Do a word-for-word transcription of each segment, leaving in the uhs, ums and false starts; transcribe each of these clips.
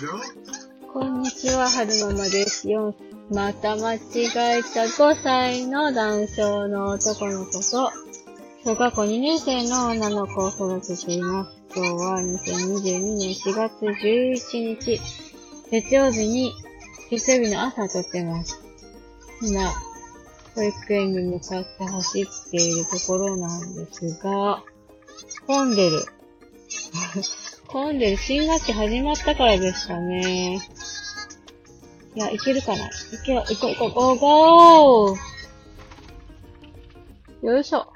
こんにちは、はるままです。よん、また間違えたごさいの男性の男の子と、小学校にねん生の女の子を育てています。今日はにせんにじゅうにねんしがつじゅういちにち、月曜日に、月曜日の朝撮ってます。今、保育園に向かって走っているところなんですが、混んでる。混んでる。新学期始まったからですかね。いや、いけるかな。いけよ、いこう、いこう、ゴーゴーよいしょ。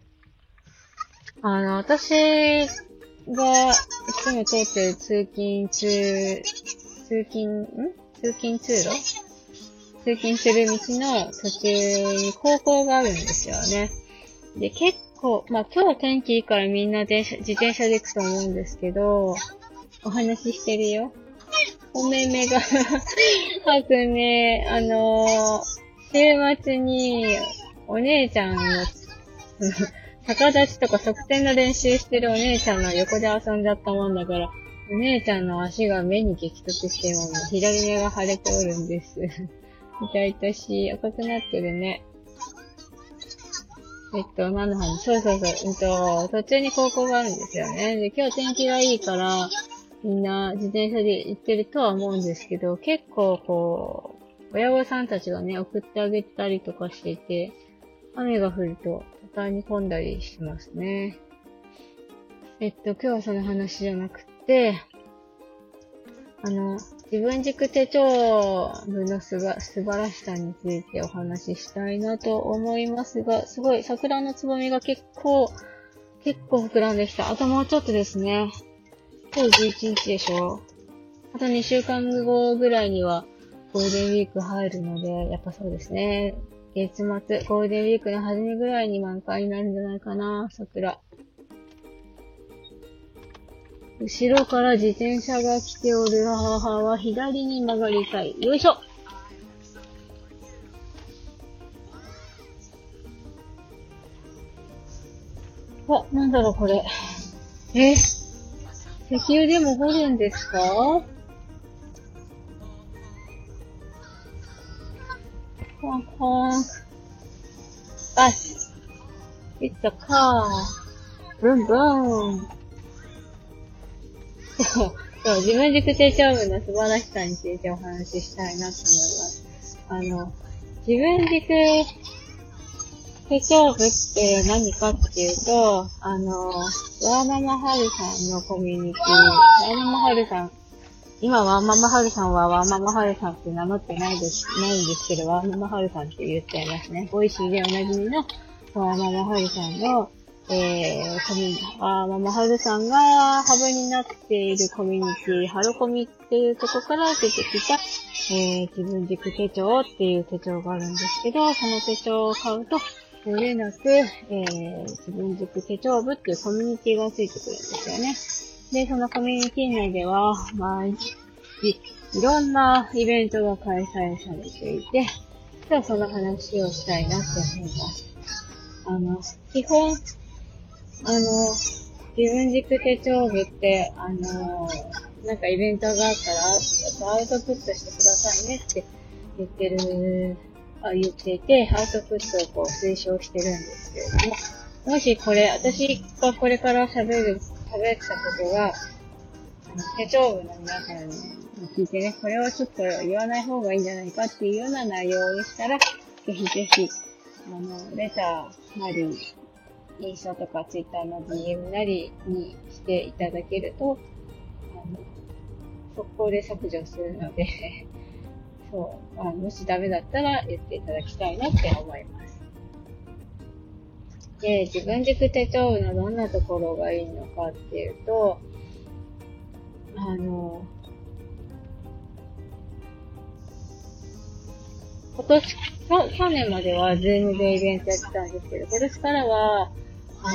あの、私がいつも通ってる通勤通、通勤、ん通勤通路通勤する道の途中に高校があるんですよね。で、結構、まあ今日天気いいからみんな電車、自転車で行くと思うんですけど、お話ししてるよ。おめめが吐くね。あのー、週末にお姉ちゃんの逆立ちとか側転の練習してるお姉ちゃんの横で遊んじゃったもんだから、お姉ちゃんの足が目に激突しても左目が腫れておるんです。痛々しい。赤くなってるね。えっと、何の話？そうそうそう。うんと、途中に高校があるんですよね。で、今日天気がいいから、みんな自転車で行ってるとは思うんですけど、結構こう、親御さんたちがね、送ってあげたりとかしていて、雨が降ると途端に混んだりしますね。えっと、今日はその話じゃなくて、あの、自分軸手帳部のすば、素晴らしさについてお話ししたいなと思いますが、すごい桜のつぼみが結構、結構膨らんできた。あともうちょっとですね。今日じゅういちにちでしょ。あとにしゅうかんごぐらいにはゴールデンウィーク入るので、やっぱそうですね。月末、ゴールデンウィークの初めぐらいに満開になるんじゃないかな、桜。後ろから自転車が来ておる母は左に曲がりたい。よいしょ。あ、なんだろうこれ。え石油でも掘るんですか？コンコン。バス。It's a car. ブンブン。そう、そう、自分軸手帳部の素晴らしさについてお話ししたいなと思います。あの、自分軸手帳部って何かっていうと、あの、ワーママハルさんのコミュニティ、ワーママハルさん、今ワーママハルさんはワーママハルさんって名乗ってないです、ないんですけど、ワーママハルさんって言っちゃいますね。ボイシーでおなじみのワーママハルさんの、えー、コミュニティ、ワーママハルさんがハブになっているコミュニティ、ハロコミっていうとこから出てきた、えー、自分軸手帳っていう手帳があるんですけど、その手帳を買うと、漏れなく、えー、自分軸手帳部っていうコミュニティがついてくるんですよね。で、そのコミュニティ内では、毎日、いろんなイベントが開催されていて、今日その話をしたいなって思います。あの、基本、あの、自分軸手帳部って、あの、なんかイベントがあったら、アウトプットしてくださいねって言ってる、あ言っていて、アウトプットをこう推奨してるんですけれども、もしこれ、私がこれから喋る、喋ったことが、手帳部の皆さんに聞いてね、これをちょっと言わない方がいいんじゃないかっていうような内容でしたら、ぜひぜひ、あの、レターなり、インスタとかツイッターの ディーエム なりにしていただけると、あの、速攻で削除するので、そう、あ、もしダメだったら言っていただきたいなって思います。で、自分軸手帳部のどんなところがいいのかっていうと、あの、今年、去年まではズームでイベントやってたんですけど、今年からは、あの、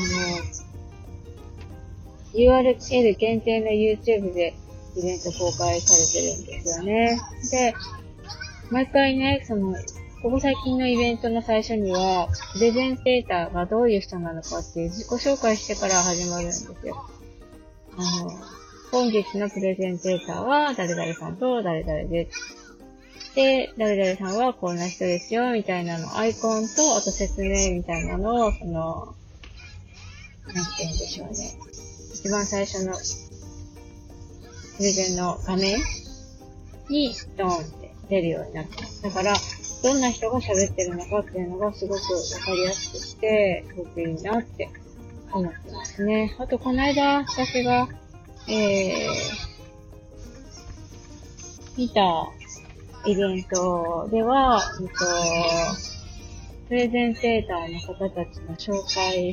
ユーアールエル 限定の YouTube でイベント公開されてるんですよね。で、毎回ね、その、ここ最近のイベントの最初には、プレゼンテーターがどういう人なのかっていう自己紹介してから始まるんですよ。あの、 本日のプレゼンテーターは誰々さんと誰々です。で、誰々さんはこんな人ですよ、みたいなの、アイコンと、あと説明みたいなのを、その、なんて言うんでしょうね。一番最初のプレゼンの画面にドーンって出るようになってます。だから、どんな人が喋ってるのかっていうのがすごくわかりやすくて、すごくいいなって思ってますね。あと、この間、私が、えー、見たイベントでは、えっと、プレゼンテーターの方たちの紹介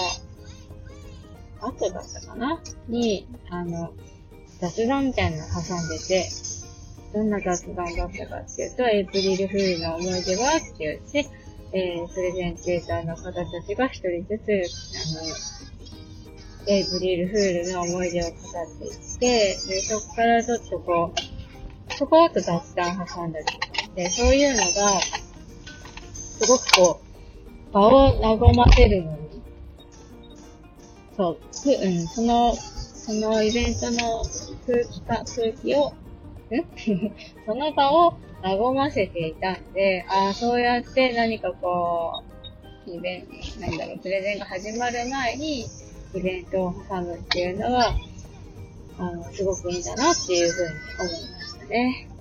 した後だったかなに、あの、雑談みたいなのを挟んでて、どんな雑談だったかっていうと、エイプリルフールの思い出はって言って、えー、プレゼンテーターの方たちが一人ずつ、あの、エイプリルフールの思い出を語っていって、で、そこからちょっとこう、そこだと雑談挟んだりとかして、そういうのが、すごくこう、場を和ませるのに、そう、うん、その、そのイベントの空気か、空気を、んその場を和ませていたんで、ああ、そうやって何かこう、イベント、なんだろう、プレゼンが始まる前に、イベントを挟むっていうのは、あの、すごくいいんだなっていうふうに思いましたね。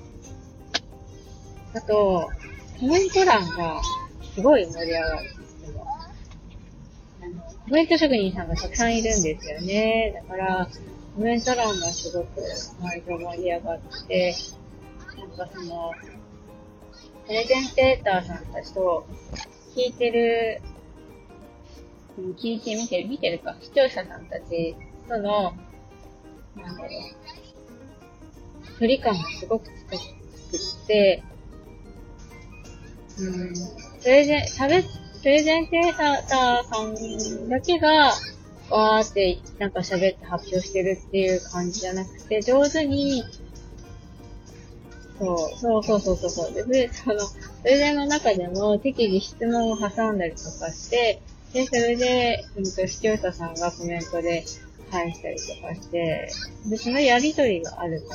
あと、コメント欄がすごい盛り上がるんですけど、あの、コメント職人さんがたくさんいるんですよね。だから、コメント欄がすごく毎度盛り上がって、なんかその、プレゼンテーターさんたちと聞いてる、聞いて見てる、見てるか、視聴者さんたちとの、なんだろう、距離感がすごく近くって、うん、プレゼン、喋っ、プレゼンテーターさんだけが、わーって、なんか喋って発表してるっていう感じじゃなくて、上手に、そう、そうそうそうそうそう。で、その、プレゼンの中でも適宜質問を挟んだりとかして、で、それで、うんと、視聴者さんがコメントで返したりとかして、で、そのやりとりがあるから、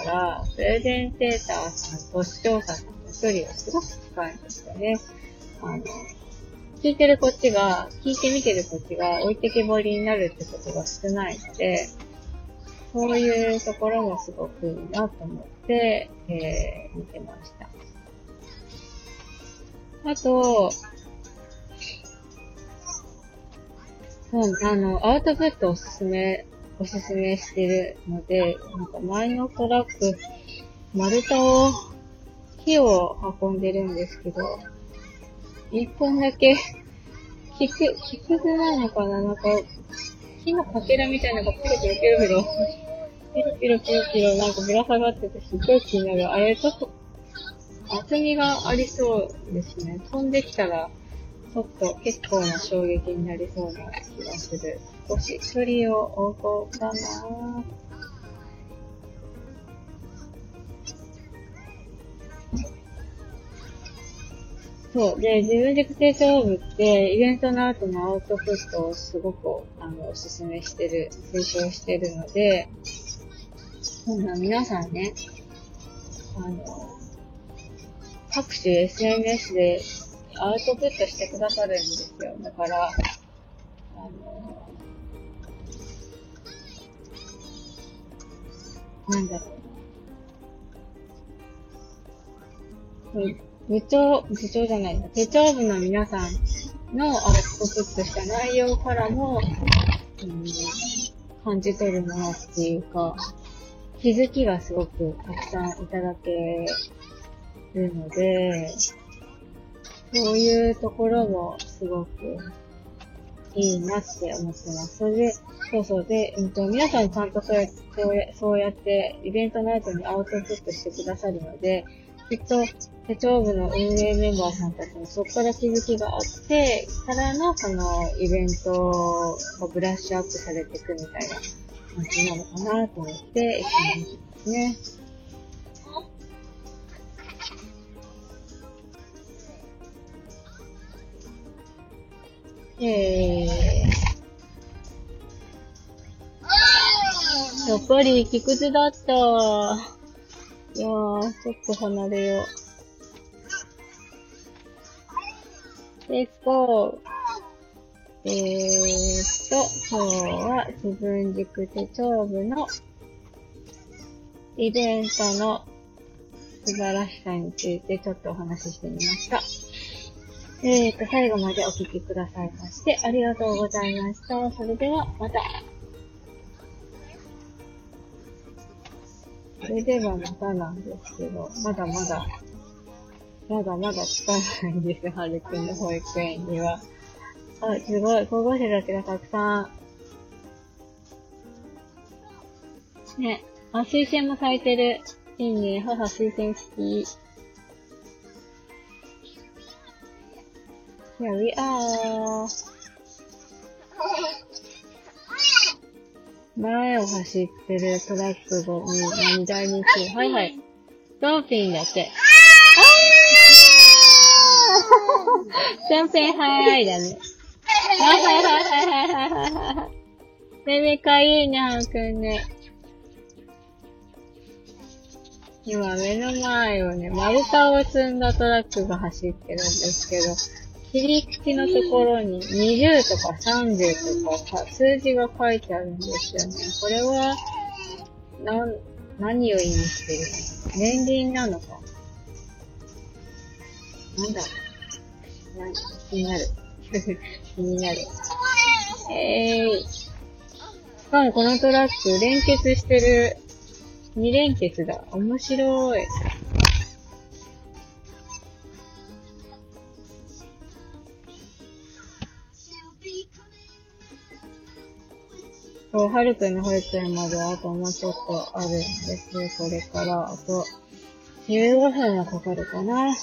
プレゼンテーターさんと視聴者さんの距離がすごく近いんですよね。あの、聞いてるこっちが、聞いてみてるこっちが置いてけぼりになるってことが少ないので、そういうところもすごくいいなと思って、えー、見てました。あと、そう、あの、アウトプットおすすめ、おすすめしてるので、なんか前のトラック、丸太を、木を運んでるんですけど、一本だけ、木く、木くずなのかななんか、木のかけらみたいなのがピロピロピロピロ、ピロピロピロピロなんかぶら下がっててすっごい気になる。あれちょっと、厚みがありそうですね。飛んできたら、ちょっと結構な衝撃になりそうな気がする。少し距離を置こうかな。そう。で、自分軸成長部って、イベントの後のアウトプットをすごく、あの、お勧めしてる、推奨してるので、そんな皆さんね、あの、各種 エスエヌエス でアウトプットしてくださるんですよ。だから、あの、なんだろう。うん部長、部長じゃないな。手帳部の皆さんのアウトプットした内容からも、うん、感じ取るものっていうか、気づきがすごくたくさんいただけるので、そういうところもすごくいいなって思ってます。それで、そうそうで、うんと、皆さんちゃんとそうやって、そうやってイベントの後にアウトプットしてくださるので、きっと手帳部の運営メンバーさんたちもそこから気づきがあって、からのそのイベントがブラッシュアップされていくみたいな感じなのかなと思って、一緒に見てますね。えー、 やっぱり木くずだった。いやー、ちょっと離れよう。Let's go! えーっと、今日は自分軸手帳部のイベントの素晴らしさについてちょっとお話ししてみました。えーと、最後までお聞きくださいましてありがとうございました。それではまた。それではまたなんですけど、まだまだ、まだまだ来たないんです、はるくんの保育園には。あ、すごい、保護者たちがたくさん。ね、あ、水仙も咲いてる。いいね、母水仙好き。Here we are. 前を走ってるトラックに何台に来る。はいはい。ドーピンだって。あージャンペンハイだね。はいはいはいはいはいはいはい。めめかいいね、はんくんね。今目の前をね、丸太を積んだトラックが走ってるんですけど、切り口のところににじゅうとかさんじゅうとか数字が書いてあるんですよね。これは、な、何を意味してるの？年輪なのかなんだろうな気になる。気になる。えーい。しかもこのトラック連結してる。に連結だ。面白い。そう、はるくんの保育園まではあともうちょっとあるんですよ。それから、あと、じゅうごふんはかかるかな。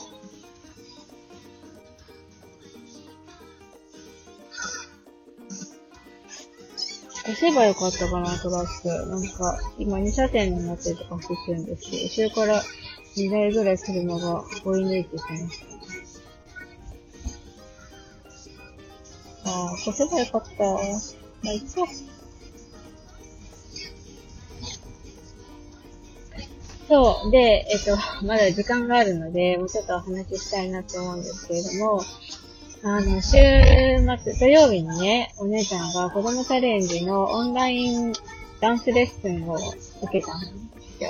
押せばよかったかな、トラック。なんか、今に車線になってるとか走ってるんですけど、後ろからにだいぐらい車が追い抜いてきました。ああ、押せばよかった。まあ、いっか。そう。で、えっと、まだ時間があるので、もうちょっとお話ししたいなと思うんですけれども、あの、週末、土曜日にね、お姉ちゃんが子供チャレンジのオンラインダンスレッスンを受けたんですよ。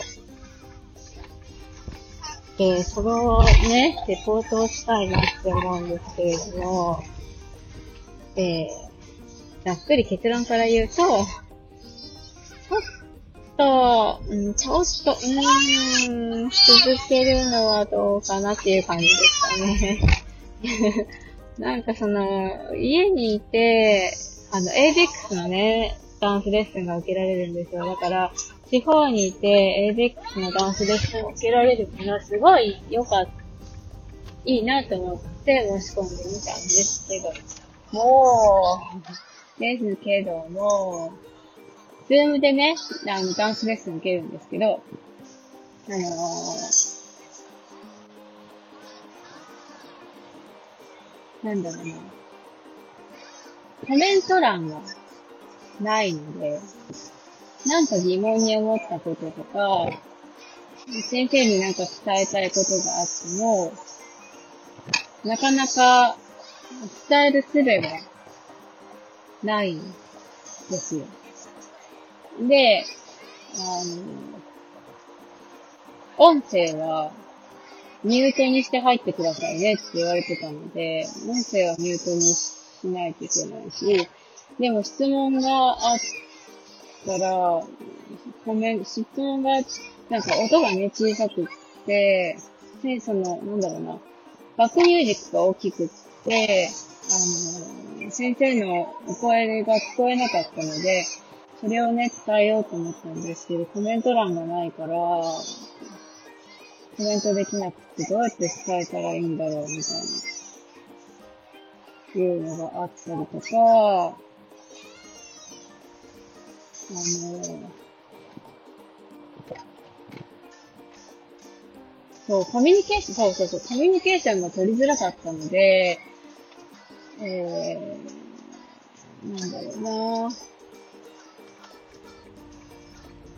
で、そのね、レポートをしたいなって思うんですけれども、で、ざっくり結論から言うと、ちょっと、うん、ちょっと、うーん、続けるのはどうかなっていう感じでしたね。なんかその、家にいて、あの、エーベックス のね、ダンスレッスンが受けられるんですよ。だから、地方にいて エーベックス のダンスレッスンを受けられるっていうのはすごい良かった、いいなと思って申し込んでみたんですけど、もう、ですけども、ズームでね、あの、ダンスレッスン受けるんですけど、あのー、なんだろうな。コメント欄がないので、なんか疑問に思ったこととか、先生になんか伝えたいことがあっても、なかなか伝える術がないんですよ。で、あの、音声はミュートにして入ってくださいねって言われてたので、音声はミュートにしないといけないし、でも質問があったら、コメント、質問が、なんか音がね、小さくって、で、その、なんだろうな、バックミュージックが大きくって、あの、先生のお声が聞こえなかったので、それをね、伝えようと思ったんですけど、コメント欄がないから、コメントできなくて、どうやって伝えたらいいんだろう、みたいな、いうのがあったりとか、あの、そう、コミュニケーション、そうそうそう、コミュニケーションが取りづらかったので、えー、なんだろうな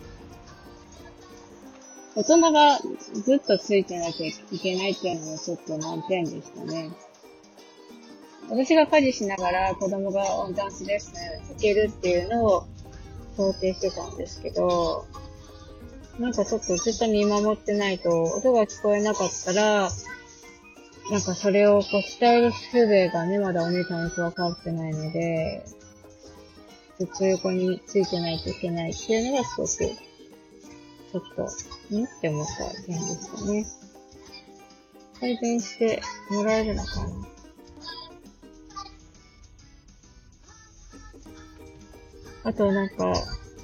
大人がずっとついてなきゃいけないっていうのもちょっと難点でしたね。私が家事しながら子供がダンスレッスン受けるっていうのを想定してたんですけど、なんかちょっとずっと見守ってないと音が聞こえなかったら、なんかそれをこう伝える術がね、まだお姉さんよくわかってないので、ずっと横についてないといけないっていうのがすごく、ちょっと、んって思った点でしたね。改善してもらえるのかな。あとなんか、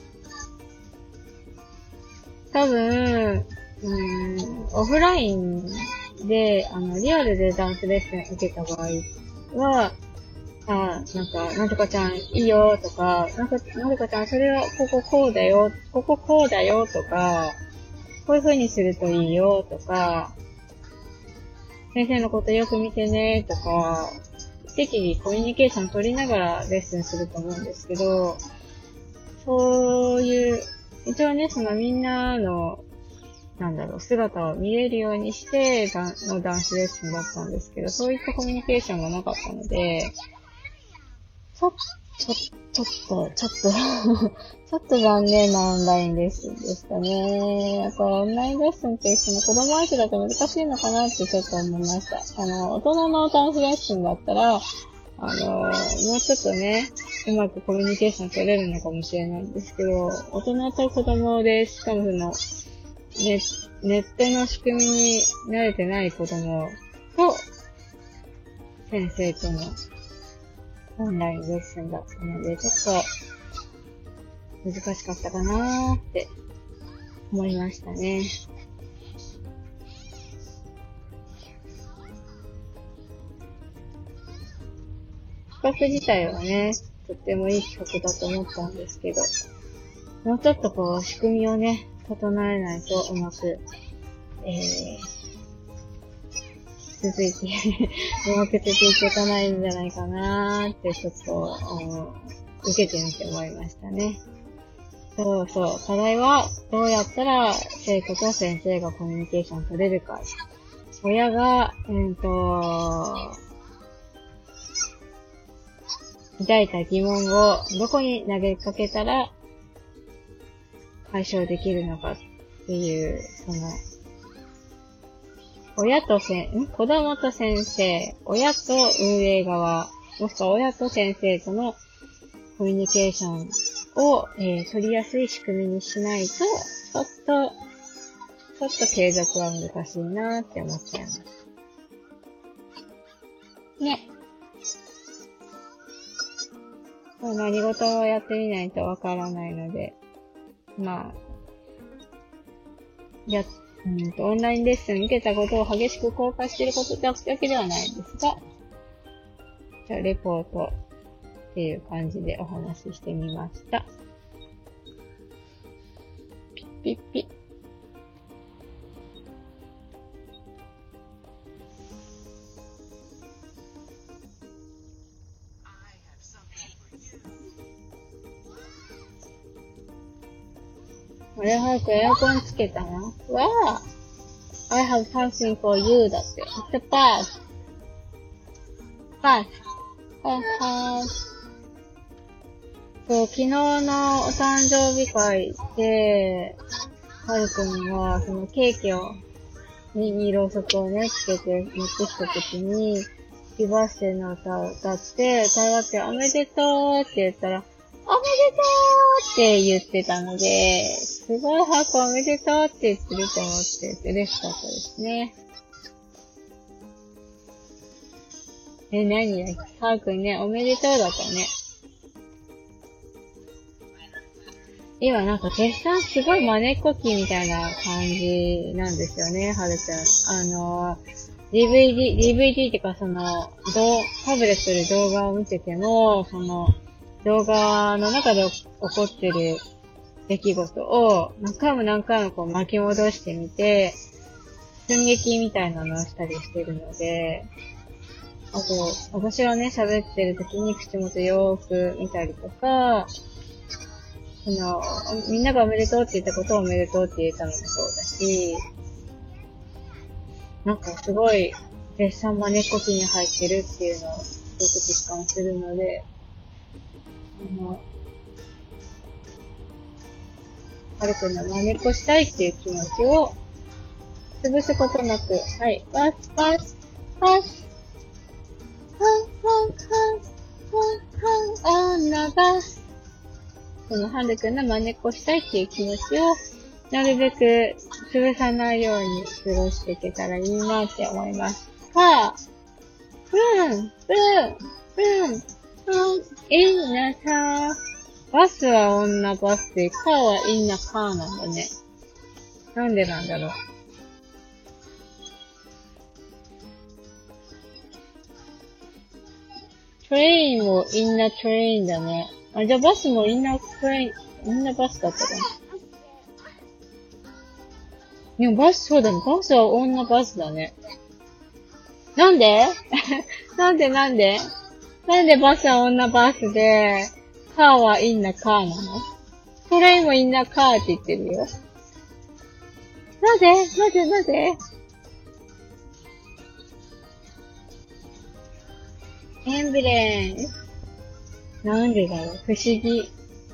多分、うーん、オフラインで、あの、リアルでダンスレッスン受けた場合は、あ、なんか、なんとかちゃんいいよとか、なんか、なんとかちゃんそれはこここうだよ、こここうだよとか、こういう風にするといいよとか、先生のことよく見てねとか、適宜コミュニケーション取りながらレッスンすると思うんですけど、そういう、一応ね、そのみんなの、なんだろう、姿を見れるようにして、ダンのダンスレッスンだったんですけど、そういったコミュニケーションがなかったので、ちょっと、ちょっと、ちょっと、ちょっと残念なオンラインレッスンでしたね。やっぱオンラインレッスンってその子供相手だと難しいのかなってちょっと思いました。あの、大人のダンスレッスンだったら、あの、もうちょっとね、うまくコミュニケーション取れるのかもしれないんですけど、大人と子供で、しかもその、ネネットの仕組みに慣れてない子供と、先生とのオンラインレッスンだったので、ちょっと難しかったかなーって思いましたね。企画自体はね、とってもいい企画だと思ったんですけど、もうちょっとこう仕組みをね、整えないとうまく、えー、続いて、うまく続いていかないんじゃないかなーってちょっと、受けてみて思いましたね。そうそう。課題はどうやったら生徒と先生がコミュニケーション取れるか。親が、うんと、抱いた疑問をどこに投げかけたら解消できるのかっていう、その、親とせん、子供と先生、親と運営側、もしくは親と先生とのコミュニケーションを、えー、取りやすい仕組みにしないと、ちょっと、ちょっと継続は難しいなーって思っちゃいます。ね。何事をやってみないとわからないので、まあ、や、うんと、オンラインレッスン受けたことを激しく後悔していることだけではないんですが、じゃあ、レポートっていう感じでお話ししてみました。ピッピッピッ。俺早くエアコンつけたな。わあ I have something for you だって。It's a pass. Pass. Pass. Pass. そう、昨日のお誕生日会で、はるくんは、そのケーキを、にろうそくをね、つけて持ってきたときに、ハッピーバースデーの歌を歌って、歌い終わっておめでとうって言ったら、おめでとうって言ってたので、すごい早くおめでとうって言ってると思って嬉しかったですね。え、何だはるくんね、おめでとうだったね。今なんか、鉄さんすごい真似っこきみたいな感じなんですよね、はるくん。あの、ディーブイディー、ディーブイディー っていうかその、タブレットで動画を見てても、その、動画の中で起こってる出来事を何回も何回もこう巻き戻してみて、寸劇みたいなのをしたりしてるので、あと、私がね、喋ってる時に口元よーく見たりとか、 その、みんながおめでとうって言ったことをおめでとうって言えたのもそうだし、なんかすごい、絶賛真似っこ期に入ってるっていうのをすごく実感するので、あの、はるくんの真似っこしたいっていう気持ちを潰すことなく、はい、パスパス、パス、パンパンパン、パンパン、女が、そのはるくんの真似っこしたいっていう気持ちを、なるべく潰さないように過ごしていけたらいいなって思います。さあ、ブン、ブン、ブン、ブン、いんなさ、バスは女バスで、カーはいんなカーなんだね。なんでなんだろう。トレインもインナートレインだね。あ、じゃあバスもインナートレイン、インナーバスだったかな。でもバス、そうだね。バスは女バスだね。なんでなんでなんでなんでバスは女バスで、カーはインナーカーなの？トレインもインナーカーって言ってるよ。なぜなぜなぜエンブレンス。なんでだろう不思議。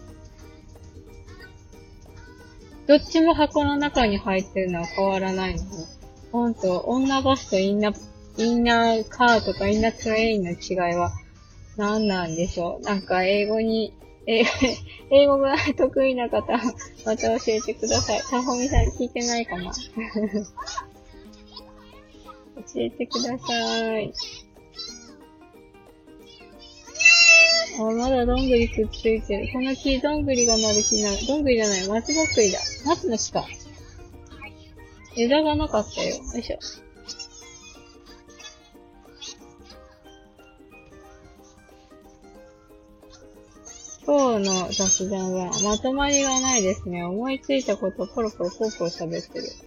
どっちも箱の中に入ってるのは変わらないのね。ほんと、女バスとインナー、インナーカーとかインナートレインの違いは何なんでしょう。なんか英語に、英語、英語が得意な方、また教えてください。たほみさん聞いてないかな教えてください。あ、まだどんぐりくっついてる。この木、どんぐりがなる木なの。どんぐりじゃない、松ぼっくりだ。松の木か。枝がなかったよ。よいしょ。今日の雑談はまとまりがないですね。思いついたことをポロポロポロポロ喋ってる。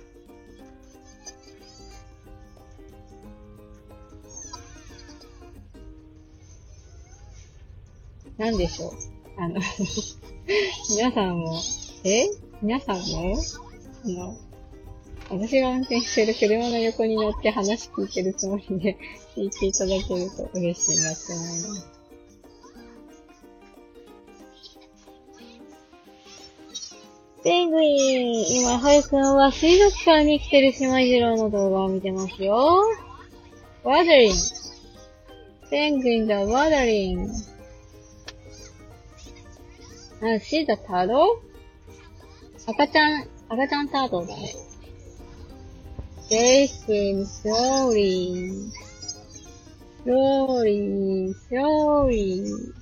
なんでしょう。あの、皆さんも、え皆さんもあの、私が運転してる車の横に乗って話聞いてるつもりで聞いていただけると嬉しいなって思います。ペングイン、今、ハルくんは水族館に来てる島次郎の動画を見てますよ。ワダリン。ペングインだ、ワダリン。あ、シータタード赤ちゃん、赤ちゃんタートルだね。Jason, slowly. Slowly, slowly.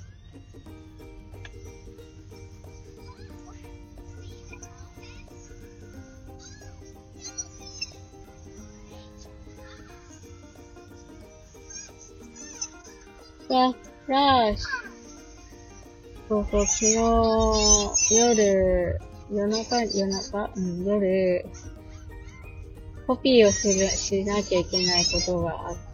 The flash. そうそう、昨日、夜、夜中、夜中うん、夜、コピーをする、しなきゃいけないことがあって、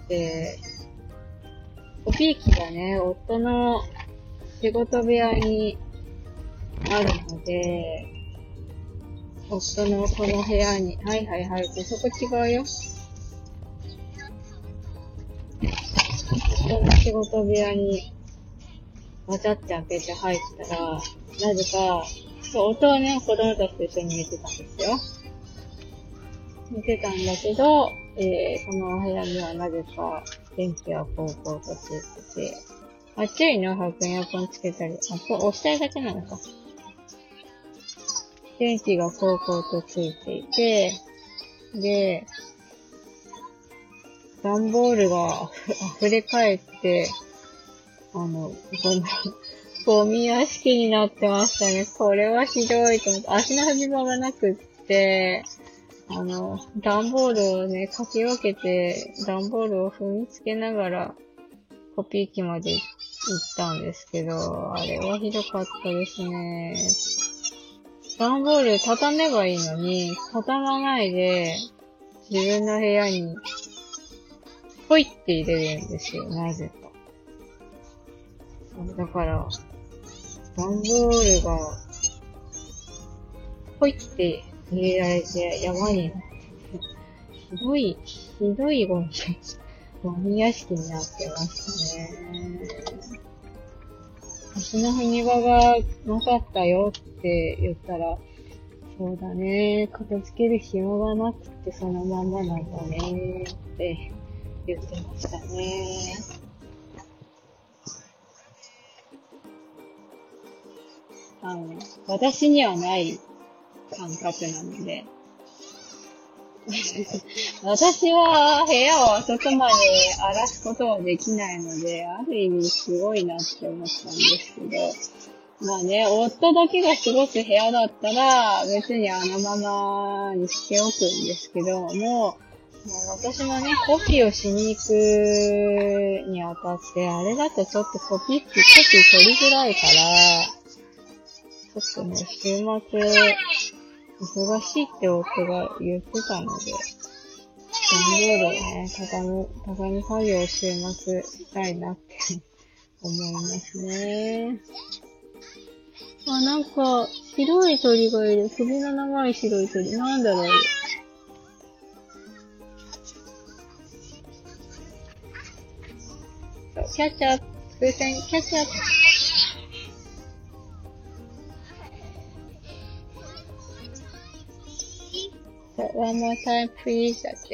コピー機がね、夫の仕事部屋にあるので、夫のこの部屋に、はいはいはい、そこ違うよ。夫の仕事部屋に、わちゃって開けて入ったら、なぜか、そう、夫はね、子供たちと一緒に寝てたんですよ。寝てたんだけど、えー、そのお部屋にはなぜか、電気がこうこうとついてて、あっちいの、ハーくんエアコンつけたり、あ、こう押したいだけなのか。電気がこうこうとついていて、で、段ボールが溢れ返って、あの、この、ゴミ屋敷になってましたね。これはひどいと思って、足の踏み場がなくって、あの、段ボールをね、かき分けて、段ボールを踏みつけながら、コピー機まで行ったんですけど、あれはひどかったですね。段ボール畳めばいいのに、畳まないで、自分の部屋に、ポイって入れるんですよ、なぜか。だから、段ボールがポイって入れられて山になって、ひどい、ひどいゴミ、ゴミ屋敷になってましたね。足の踏み場がなかったよって言ったら、そうだね、片付ける暇がなくてそのまんまなんだねって言ってましたね。あの、私にはない感覚なので、私は部屋を外まで荒らすことはできないので、ある意味すごいなって思ったんですけど、まあね、夫だけが過ごす部屋だったら、別にあのままにしておくんですけども、まあ、私もね、コピーをしに行くにあたって、あれだとちょっとコピー、コピー取りづらいから、ちょっとね、週末、忙しいって夫が言ってたので、段ボールをね、畳む、畳む作業を週末したいなって思いますね。あ、なんか、白い鳥がいる。首の長い白い鳥。なんだろう。キャッチャー、風船、キャッチャー。One more time, please だって。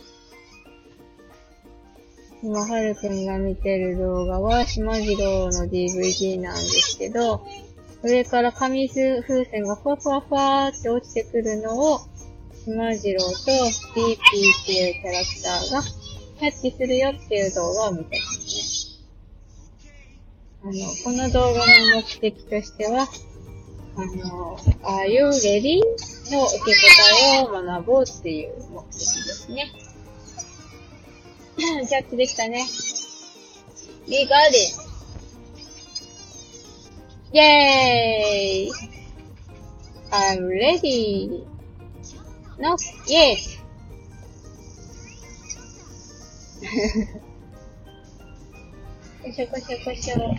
今、はるくんが見てる動画は、しまじろうの ディーブイディー なんですけど、上から紙風船がふわふわふわーって落ちてくるのを、しまじろうと ディーピー っていうキャラクターがキャッチするよっていう動画を見てますね。あの、この動画の目的としては、あの、Are you ready? の受け答えを学ぼうっていう目的ですね。キャッチできたね。We got it! イェーイ !I'm ready! Not yet! こしょこしょこしょ。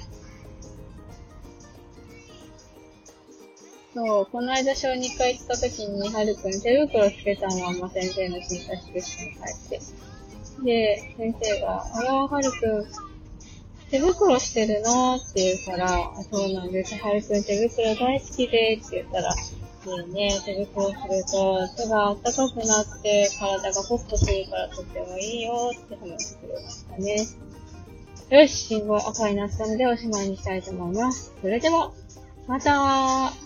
そう、この間小児科行った時に、はるくん手袋つけたまま先生の診察室に帰って。で、先生が、あら、はるくん、手袋してるのって言うから、あ、そうなんです。はるくん手袋大好きでって言ったら、いいね、手袋すると手が暖かくなって体がホッとするからとってもいいよって話してくれましたね。よし、信号赤になったのでおしまいにしたいと思います。それでは、またー